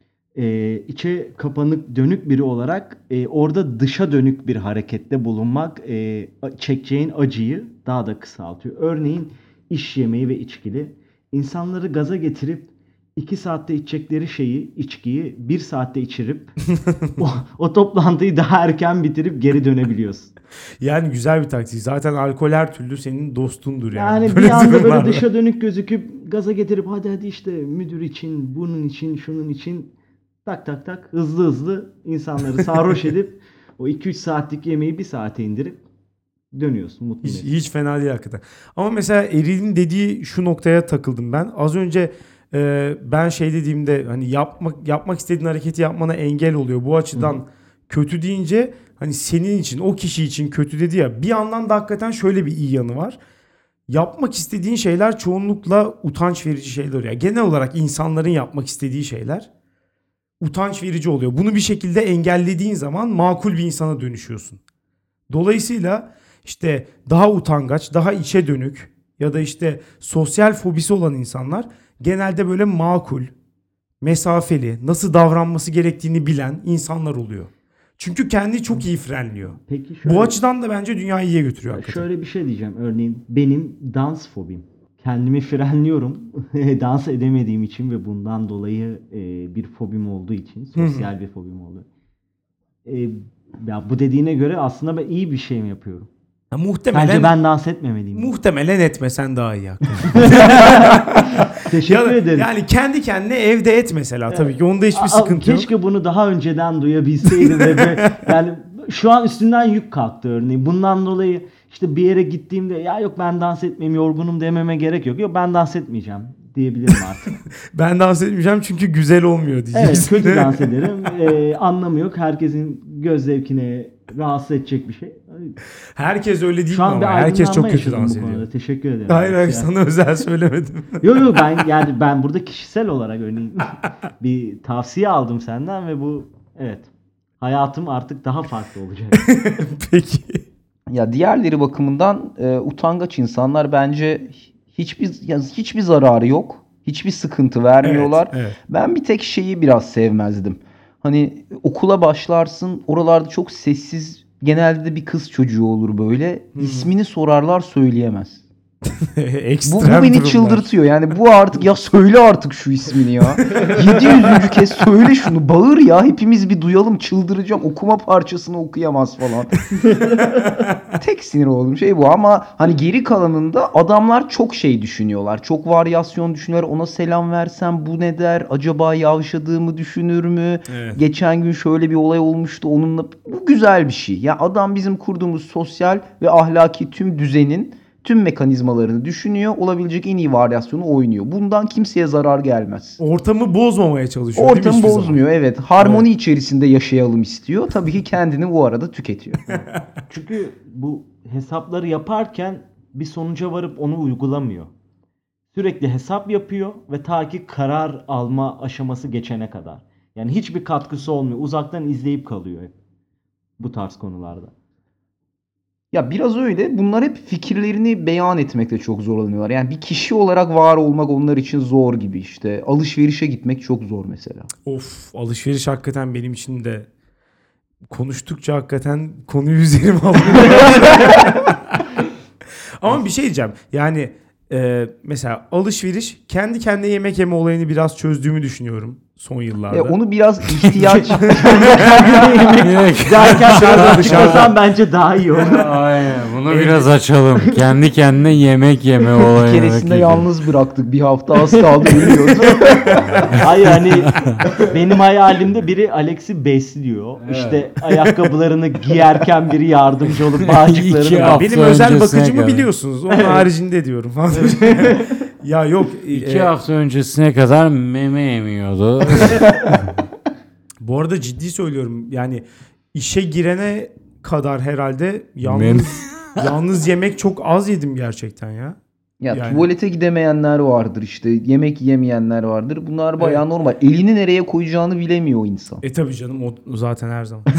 E, içe kapanık dönük biri olarak e, orada dışa dönük bir harekette bulunmak e, çekeceğin acıyı daha da kısaltıyor. Örneğin iş yemeği ve içkili. İnsanları gaza getirip iki saatte içecekleri şeyi, içkiyi bir saatte içirip o, o toplantıyı daha erken bitirip geri dönebiliyorsun. Yani güzel bir taktik. Zaten alkol her türlü senin dostundur yani. Yani Böyle bir anda böyle durumlarda. dışa dönük gözüküp gaza getirip hadi hadi işte müdür için, bunun için, şunun için tak tak tak hızlı hızlı insanları sarhoş edip o iki üç saatlik yemeği bir saate indirip dönüyorsun mutlu Hiç, mesut. hiç fena değil hakikaten. Ama mesela Eril'in dediği şu noktaya takıldım ben. Az önce e, ben şey dediğimde hani yapmak yapmak istediğin hareketi yapmana engel oluyor. Bu açıdan Hı hı. kötü deyince hani senin için, o kişi için kötü dedi ya. Bir yandan da hakikaten şöyle bir iyi yanı var. Yapmak istediğin şeyler çoğunlukla utanç verici şeyler oluyor. Yani genel olarak insanların yapmak istediği şeyler utanç verici oluyor. Bunu bir şekilde engellediğin zaman makul bir insana dönüşüyorsun. Dolayısıyla işte daha utangaç, daha içe dönük ya da işte sosyal fobisi olan insanlar genelde böyle makul, mesafeli, nasıl davranması gerektiğini bilen insanlar oluyor. Çünkü kendi çok iyi frenliyor. Peki şöyle, Bu açıdan da bence dünyayı iyiye götürüyor hakikaten. şöyle bir şey diyeceğim. Örneğin benim dans fobim. Kendimi frenliyorum. Dans edemediğim için ve bundan dolayı e, bir fobim olduğu için. Sosyal bir fobim oldu. E, ya bu dediğine göre aslında ben iyi bir şey mi yapıyorum? Ya muhtemelen Bence ben dans etmemeliyim. muhtemelen etmesen daha iyi hakikaten. Teşekkür Ya- ederim. Yani kendi kendine evde et mesela tabii ki onda hiçbir Aa, sıkıntı yok. keşke bunu daha önceden duyabilseydim ve be- yani şu an üstümden yük kalktı örneğin. Bundan dolayı işte bir yere gittiğimde ya yok ben dans etmeyeyim yorgunum dememe gerek yok. Yok ben dans etmeyeceğim diyebilirim artık. Ben dans etmeyeceğim çünkü güzel olmuyor diyeceksin. Evet kötü dans ederim. Ee, anlamı yok. Herkesin göz zevkine rahatsız edecek bir şey. Herkes öyle değil Şu mi an ama? bir Herkes çok aydınlanma kötü yaşadım dans bu ediyor. konuda. Teşekkür ederim. Hayır hayır Ya. sana özel söylemedim. Yok yok ben yani ben burada kişisel olarak örneğin bir tavsiye aldım senden ve bu evet hayatım artık daha farklı olacak. Peki. Ya diğerleri bakımından e, utangaç insanlar bence hiçbir ya hiçbir zararı yok. Hiçbir sıkıntı vermiyorlar. Evet, evet. Ben bir tek şeyi biraz sevmezdim. Hani okula başlarsın, oralarda çok sessiz, genelde de bir kız çocuğu olur böyle. İsmini sorarlar, söyleyemez. Bu, Ekstrem bu beni durumlar. çıldırtıyor. Yani bu artık ya söyle artık şu ismini ya. yedi yüzüncü kez söyle şunu. Bağır ya. Hepimiz bir duyalım. Çıldıracağım. Okuma parçasını okuyamaz falan. Tek sinir olduğum şey bu ama hani geri kalanında adamlar çok şey düşünüyorlar. Çok varyasyon düşünüyorlar. Ona selam versem bu ne der? Acaba yavşadığımı düşünür mü? Evet. Geçen gün şöyle bir olay olmuştu onunla. Bu güzel bir şey. Ya adam bizim kurduğumuz sosyal ve ahlaki tüm düzenin tüm mekanizmalarını düşünüyor. Olabilecek en iyi varyasyonu oynuyor. Bundan kimseye zarar gelmez. Ortamı bozmamaya çalışıyor değil mi Ortamı hiçbir zaman? bozmuyor, evet. Harmoni içerisinde yaşayalım istiyor. Tabii ki kendini bu arada tüketiyor. Çünkü bu hesapları yaparken bir sonuca varıp onu uygulamıyor. Sürekli hesap yapıyor ve ta ki karar alma aşaması geçene kadar. Yani hiçbir katkısı olmuyor. Uzaktan izleyip kalıyor hep bu tarz konularda. Ya biraz öyle. Bunlar hep fikirlerini beyan etmekte çok zorlanıyorlar. Yani bir kişi olarak var olmak onlar için zor gibi işte. Alışverişe gitmek çok zor mesela. Of, alışveriş hakikaten benim için de konuştukça hakikaten konuyu üzerime alıyor. Ama bir şey diyeceğim. Yani e, mesela alışveriş kendi kendine yemek yeme olayını biraz çözdüğümü düşünüyorum son yıllarda. E, onu biraz ihtiyaç Derken biraz dışarıda. açıklasan bence daha iyi olur. Aynen. Bunu biraz açalım. Kendi kendine yemek yeme bir olayını. keresinde yalnız bıraktık. Bir hafta az kaldı ölüyordu. Hayır hani benim hayalimde biri Alex'i besliyor. İşte ayakkabılarını giyerken biri yardımcı olup İki bağcıklarını hafta Benim özel öncesine bakıcımı kadar. biliyorsunuz. Onun haricinde diyorum falan. Ya yok. İki e, hafta öncesine kadar meme yemiyordu. Bu arada ciddi söylüyorum. Yani işe girene kadar herhalde yalnız yalnız yemek çok az yedim gerçekten ya. Ya Yani- tuvalete gidemeyenler vardır işte. Yemek yemeyenler vardır. Bunlar bayağı Evet. normal. Elini nereye koyacağını bilemiyor o insan. E tabii canım, o zaten her zaman.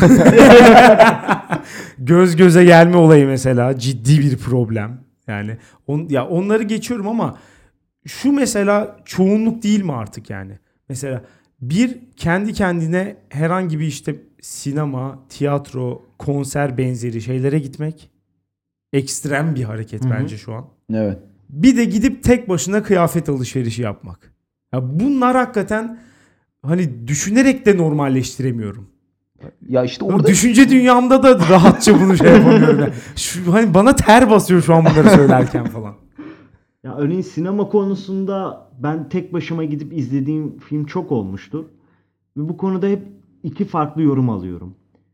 Göz göze gelme olayı mesela ciddi bir problem. Yani on, ya onları geçiyorum ama şu mesela çoğunluk değil mi artık yani? Mesela bir kendi kendine herhangi bir işte sinema, tiyatro, konser benzeri şeylere gitmek ekstrem bir hareket Hı hı. bence şu an. Evet. Bir de gidip tek başına kıyafet alışverişi yapmak. Ya bunlar hakikaten hani düşünerek de normalleştiremiyorum. Ya işte Orada... orada Düşünce dünyamda da rahatça bunu şey yapamıyorum. Yani. Şu, hani bana ter basıyor şu an bunları söylerken falan. Ya örneğin sinema konusunda ben tek başıma gidip izlediğim film çok olmuştur. Ve bu konuda hep iki farklı yorum alıyorum.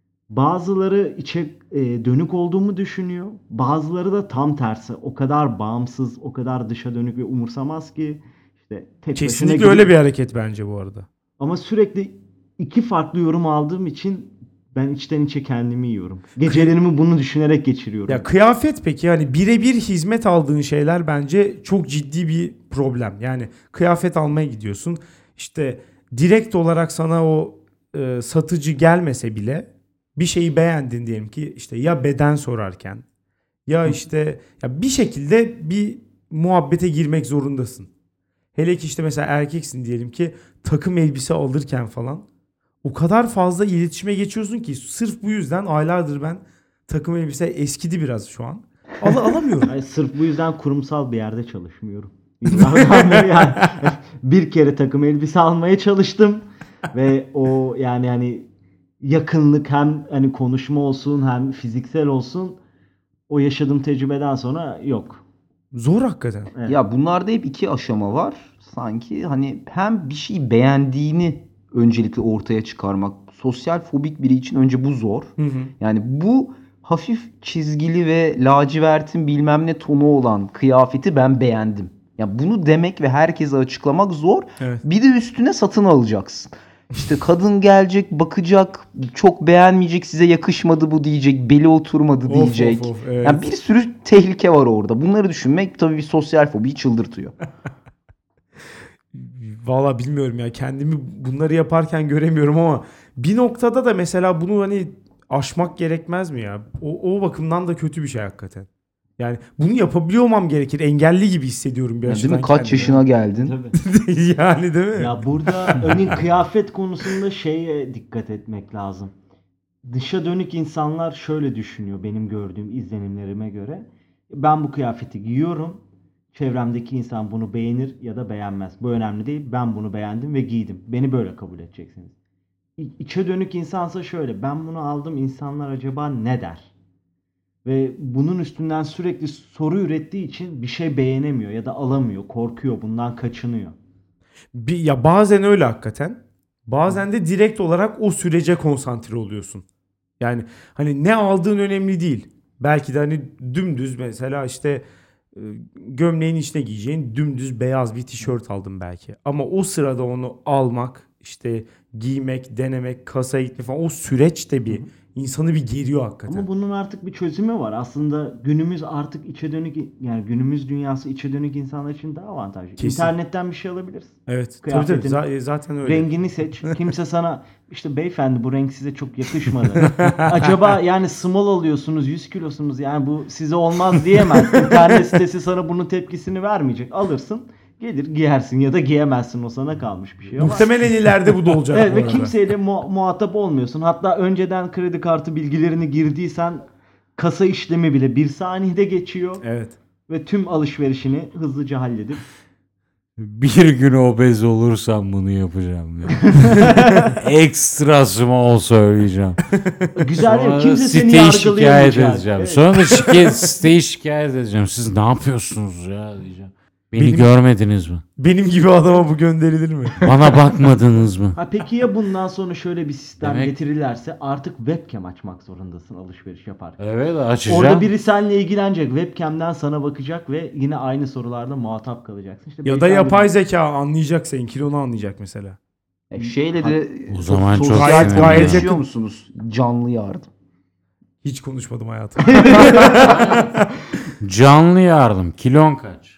Bazıları içe e, dönük olduğumu düşünüyor. Bazıları da tam tersi. O kadar bağımsız, o kadar dışa dönük ve umursamaz ki işte tek başına Kesinlikle gidip- öyle bir hareket bence bu arada. Ama sürekli iki farklı yorum aldığım için ben içten içe kendimi yiyorum. Gecelerimi bunu düşünerek geçiriyorum. Ya kıyafet peki, hani birebir hizmet aldığın şeyler bence çok ciddi bir problem. Yani kıyafet almaya gidiyorsun. İşte direkt olarak sana o e, satıcı gelmese bile bir şeyi beğendin diyelim ki, işte ya beden sorarken ya işte ya bir şekilde bir muhabbete girmek zorundasın. Hele ki işte mesela erkeksin diyelim ki, takım elbise alırken falan o kadar fazla iletişime geçiyorsun ki sırf bu yüzden aylardır ben takım elbise eskidi biraz şu an. Al alamıyorum. Ay, sırf bu yüzden kurumsal bir yerde çalışmıyorum. Yıllardan beri yani bir kere takım elbise almaya çalıştım ve o yani hani yakınlık hem hani konuşma olsun hem fiziksel olsun o yaşadığım tecrübeden sonra yok. Zor hakikaten. Evet. ya bunlarda hep iki aşama var. Sanki hani hem bir şeyi beğendiğini öncelikle ortaya çıkarmak. Sosyal fobik biri için önce bu zor. Hı hı. Yani bu hafif çizgili ve lacivertin bilmem ne tonu olan kıyafeti ben beğendim. Ya bunu demek ve herkese açıklamak zor. Evet. Bir de üstüne satın alacaksın. İşte kadın gelecek, bakacak, çok beğenmeyecek, size yakışmadı bu diyecek, beli oturmadı Of, diyecek. of, of, evet. Yani bir sürü tehlike var orada. Bunları düşünmek tabii bir sosyal fobiyi çıldırtıyor. Valla bilmiyorum ya, kendimi bunları yaparken göremiyorum ama bir noktada da mesela bunu hani aşmak gerekmez mi ya? O, o bakımdan da kötü bir şey hakikaten. Yani bunu yapabiliyor olmam gerekir. Engelli gibi hissediyorum bir Yani değil açıdan mi? Kaç kendimi. yaşına geldin? Tabii. Yani değil mi? Ya burada örneğin kıyafet konusunda şeye dikkat etmek lazım. Dışa dönük insanlar şöyle düşünüyor benim gördüğüm izlenimlerime göre. Ben bu kıyafeti giyiyorum. Çevremdeki insan bunu beğenir ya da beğenmez. Bu önemli değil. Ben bunu beğendim ve giydim. Beni böyle kabul edeceksiniz. İ- İçe dönük insansa şöyle. Ben bunu aldım. İnsanlar acaba ne der? Ve bunun üstünden sürekli soru ürettiği için bir şey beğenemiyor ya da alamıyor. Korkuyor. Bundan kaçınıyor. Bir, ya bazen öyle hakikaten. Bazen de direkt olarak o sürece konsantre oluyorsun. Yani hani ne aldığın önemli değil. Belki de hani dümdüz mesela işte e, gömleğin içine giyeceğin dümdüz beyaz bir tişört aldım belki. Ama o sırada onu almak, işte giymek, denemek, kasaya gitmek falan o süreç de bir insanı bir geriyor hakikaten. Ama bunun artık bir çözümü var. Aslında günümüz artık içe dönük, yani günümüz dünyası içe dönük insanlar için daha avantajlı. Kesin. İnternetten bir şey alabilirsin. Evet. Tabii tabii. Kıyafetin Z- zaten öyle. Rengini seç. Kimse sana işte beyefendi bu renk size çok yakışmadı. Acaba yani small alıyorsunuz, yüz kilosunuz, yani bu size olmaz diyemez. İnternet sitesi sana bunun tepkisini vermeyecek. Alırsın, gelir giyersin ya da giyemezsin, o sana kalmış bir şey ama. Muhtemelen ileride bu da olacak. Evet bu ve arada. kimseyle mu- muhatap olmuyorsun. Hatta önceden kredi kartı bilgilerini girdiysen kasa işlemi bile bir saniyede geçiyor. Evet. Ve tüm alışverişini hızlıca halledip Bir gün obez olursam bunu yapacağım. Ya. Ekstra small söyleyeceğim. güzel değil mi? Sonra Kimse seni siteyi şikayet yargılayamayacak. edeceğim. Evet. Sonra da şikayet, siteyi şikayet edeceğim. Siz ne yapıyorsunuz ya diyeceğim. Beni Benim- görmediniz mi? Benim gibi adama bu gönderilir mi? Bana bakmadınız mı? Ha peki ya bundan sonra şöyle bir sistem Demek- getirirlerse artık webcam açmak zorundasın alışveriş yaparken. Evet, açacağım. Orada biri seninle ilgilenecek, webcam'den sana bakacak ve yine aynı sorularda muhatap kalacaksın. İşte Ya da beyefendi- yapay zeka anlayacak senin kilonu anlayacak mesela. E şeyle de O zaman çok sosyal gayet- medya gayet yaşıyor yakın. musunuz? Canlı yardım. Hiç konuşmadım hayatımda. Canlı yardım. Kilon kaç?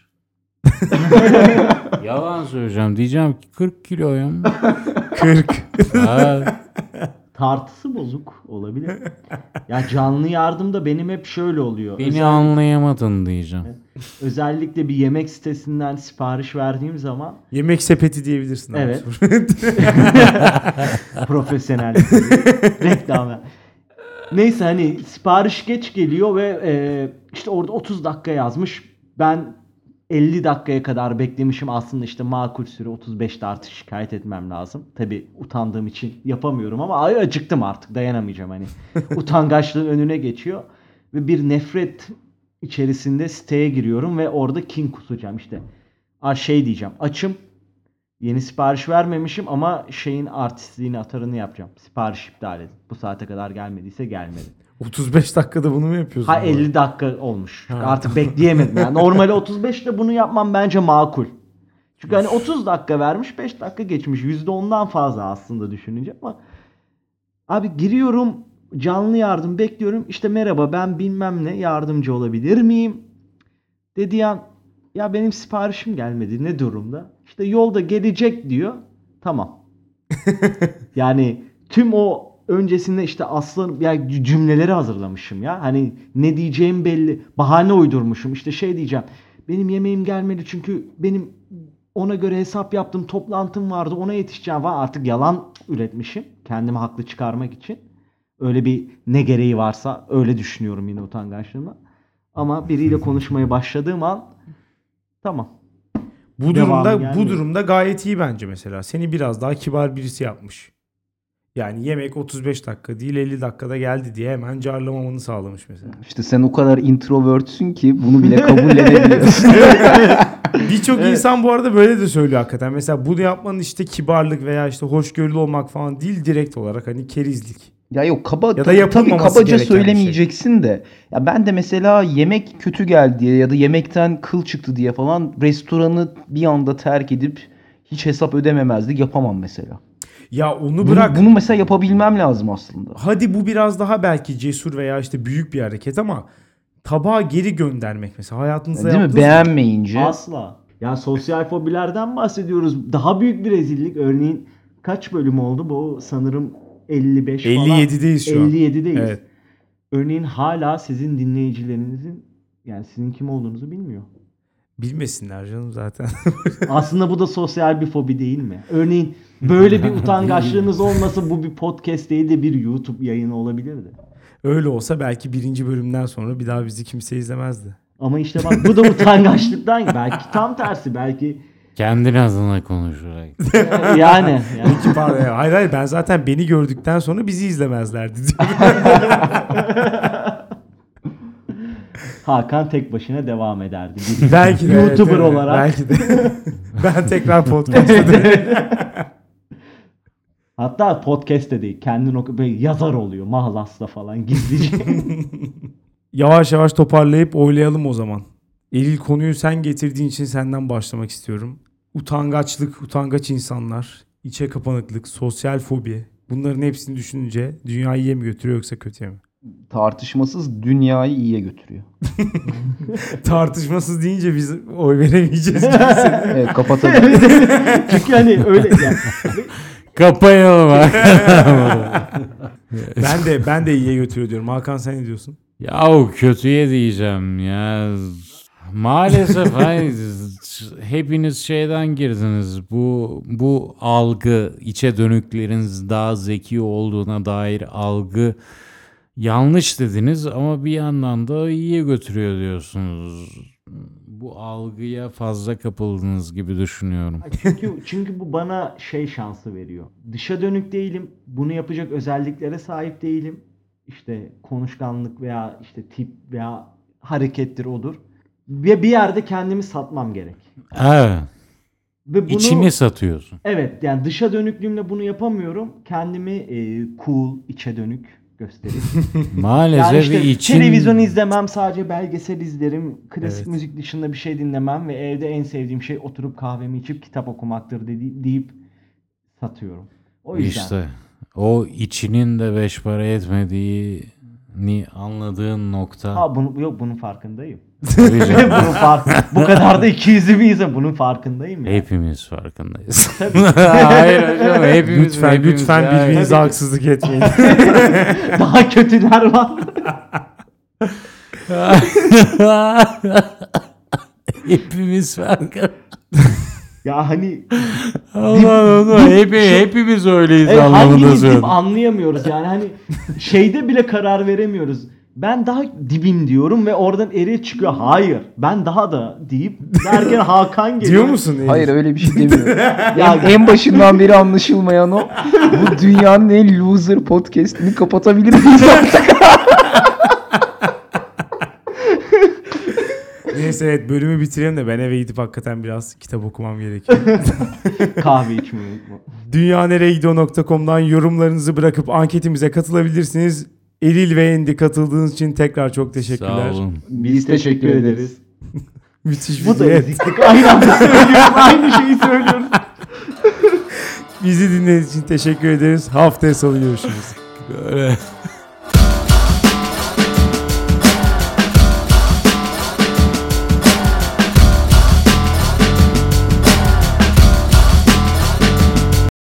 Yalan söyleyeceğim. Diyeceğim ki kırk kiloyum. kırk. Ha, Tartısı bozuk olabilir. Ya canlı yardımda benim hep şöyle oluyor. beni Özel- anlayamadın diyeceğim. özellikle bir yemek sitesinden sipariş verdiğim zaman Yemek sepeti diyebilirsin. abi. Evet. profesyonel reklam. ver. Neyse hani sipariş geç geliyor ve e, işte orada otuz dakika yazmış. Ben elli dakikaya kadar beklemişim. Aslında işte makul süre otuz beşte artık şikayet etmem lazım. Tabii utandığım için yapamıyorum ama ay acıktım artık, dayanamayacağım hani. Utangaçlığın önüne geçiyor ve bir nefret içerisinde siteye giriyorum ve orada kin kusacağım işte. Aa, şey diyeceğim. Açım. Yeni sipariş vermemişim ama şeyin artistliğini, atarını yapacağım. Sipariş iptal edin. Bu saate kadar gelmediyse gelmedi. otuz beş dakikada bunu mu yapıyorsun? Ha bu arada? elli dakika olmuş. Artık bekleyemedim. Yani normali otuz beşte bunu yapmam bence makul. Çünkü hani otuz dakika vermiş, beş dakika geçmiş. yüzde ondan fazla aslında düşününce ama abi giriyorum, canlı yardım bekliyorum. İşte merhaba ben bilmem ne, yardımcı olabilir miyim? Dediği an ya benim siparişim gelmedi, ne durumda? İşte yolda gelecek diyor. Tamam. Yani tüm o öncesinde işte aslan ya cümleleri hazırlamışım ya. Hani ne diyeceğim belli. Bahane uydurmuşum. İşte şey diyeceğim. Benim yemeğim gelmedi çünkü benim ona göre hesap yaptım, toplantım vardı, ona yetişeceğim falan. Artık yalan üretmişim kendimi haklı çıkarmak için. Öyle bir ne gereği varsa öyle düşünüyorum yine utangaçlığımla. Ama biriyle konuşmaya başladığım an tamam. Bu Devamı durumda gelmiyor. bu durumda gayet iyi bence mesela. Seni biraz daha kibar birisi yapmış. Yani yemek otuz beş dakika değil elli dakikada geldi diye hemen carlamamanı sağlamış mesela. İşte sen o kadar introvertsin ki bunu bile kabullenebiliyorsun. Birçok insan bu arada böyle de söylüyor hakikaten. Mesela bunu yapmanın işte kibarlık veya işte hoşgörülü olmak falan değil, direkt olarak hani kerizlik. Ya yok kaba da tabii, yapılmaması kabaca gereken bir şey. söylemeyeceksin de. Ya ben de mesela yemek kötü geldi diye ya da yemekten kıl çıktı diye falan restoranı bir anda terk edip hiç hesap ödememezlik yapamam mesela. Ya onu Bunu, bırak. bunu mesela yapabilmem lazım aslında. Hadi bu biraz daha belki cesur veya işte büyük bir hareket ama tabağı geri göndermek mesela hayatınızda Değil mi? yaptınız mı? Beğenmeyince. Asla. Ya sosyal fobilerden bahsediyoruz. Daha büyük bir rezillik. Örneğin kaç bölüm oldu? Bu sanırım elli beş falan. elli yedideyiz şu an. elli yedideyiz. Evet. Örneğin hala sizin dinleyicilerinizin, yani sizin kim olduğunuzu bilmiyor. Bilmesinler canım zaten. Aslında bu da sosyal bir fobi değil mi? Örneğin böyle bir utangaçlığınız olmasa bu bir podcast değil de bir YouTube yayını olabilirdi. Öyle olsa belki birinci bölümden sonra bir daha bizi kimse izlemezdi. Ama işte bak bu da utangaçlıktan, belki tam tersi, belki Kendin adına konuşarak. yani, yani. Ki pardon, hayır hayır ben zaten beni gördükten sonra bizi izlemezlerdi. Hakan tek başına devam ederdi. belki de. YouTuber evet, evet, olarak. Belki de. Ben tekrar podcast'ta döneyim. Hatta podcast'te değil, kendin oku, böyle yazar oluyor Mahlas'ta falan gizlice. Yavaş yavaş toparlayıp oylayalım o zaman. Eril, konuyu sen getirdiğin için senden başlamak istiyorum. Utangaçlık, utangaç insanlar, içe kapanıklık, sosyal fobi. Bunların hepsini düşününce dünyayı iyiye mi götürüyor yoksa kötüye mi? Tartışmasız dünyayı iyiye götürüyor. Tartışmasız deyince biz oy veremeyeceğiz gibi hissediyorum. Evet, kapatalım. Çünkü hani öyle yani. Kapayalım abi. Ben de ben de iyiye götürüyor diyorum. Hakan sen ne diyorsun? Yahu kötüye diyeceğim ya. Maalesef hayır, hepiniz şeyden girdiniz. Bu bu algı, içe dönüklerin daha zeki olduğuna dair algı yanlış dediniz ama bir yandan da iyiye götürüyor diyorsunuz. Bu algıya fazla kapıldınız gibi düşünüyorum. Çünkü çünkü bu bana şey şansı veriyor. Dışa dönük değilim. Bunu yapacak özelliklere sahip değilim. İşte konuşkanlık veya işte tip veya harekettir odur. Ve bir yerde kendimi satmam gerek. Evet. Ve bunu, İçini satıyorsun. evet yani dışa dönüklüğümle bunu yapamıyorum. Kendimi e, cool, içe dönük gösterip. Maalesef Yani işte için... televizyon izlemem, sadece belgesel izlerim. Klasik Evet. müzik dışında bir şey dinlemem ve evde en sevdiğim şey oturup kahvemi içip kitap okumaktır dedi, deyip satıyorum. O yüzden. İşte o içinin de beş para etmediğini anladığın nokta. Ha bunu yok bunun farkındayım. Tabii canım. bunun fark bu kadar da ikiyüzlü bir insan, bunun farkındayım ya. Hepimiz farkındayız. Hayır hocam hepimiz Lütfen hepimiz lütfen ya. birbirinize Tabii. haksızlık etmeyin. Daha kötüler var. Hepimiz farkındayız. Ya hani Allah Allah. Hep, hepimiz öyleyiz evet, anlamında hangimiz dip söylüyorum. anlayamıyoruz yani hani şeyde bile karar veremiyoruz. Ben daha dibim diyorum ve oradan Eril çıkıyor. Hayır. Ben daha da deyip derken Hakan geliyor. Diyor musun? Elif? Hayır, öyle bir şey demiyorum. Ya en başından beri anlaşılmayan o. Bu dünyanın en loser podcast'ini kapatabilir miyiz artık? Neyse evet, bölümü bitirelim de ben eve gidip hakikaten biraz kitap okumam gerekiyor. Kahve içmeyi unutma. dünyaneregidiyor nokta com'dan yorumlarınızı bırakıp anketimize katılabilirsiniz. Eril ve Endi katıldığınız için tekrar çok teşekkürler. Sağ olun. Biz teşekkür ederiz. Müthiş Bu bir da diyet. eziklik. Aynı anda söylüyoruz. Aynı şeyi söylüyoruz. Bizi dinlediğiniz için teşekkür ederiz. Haftaya salı görüşürüz. Böyle.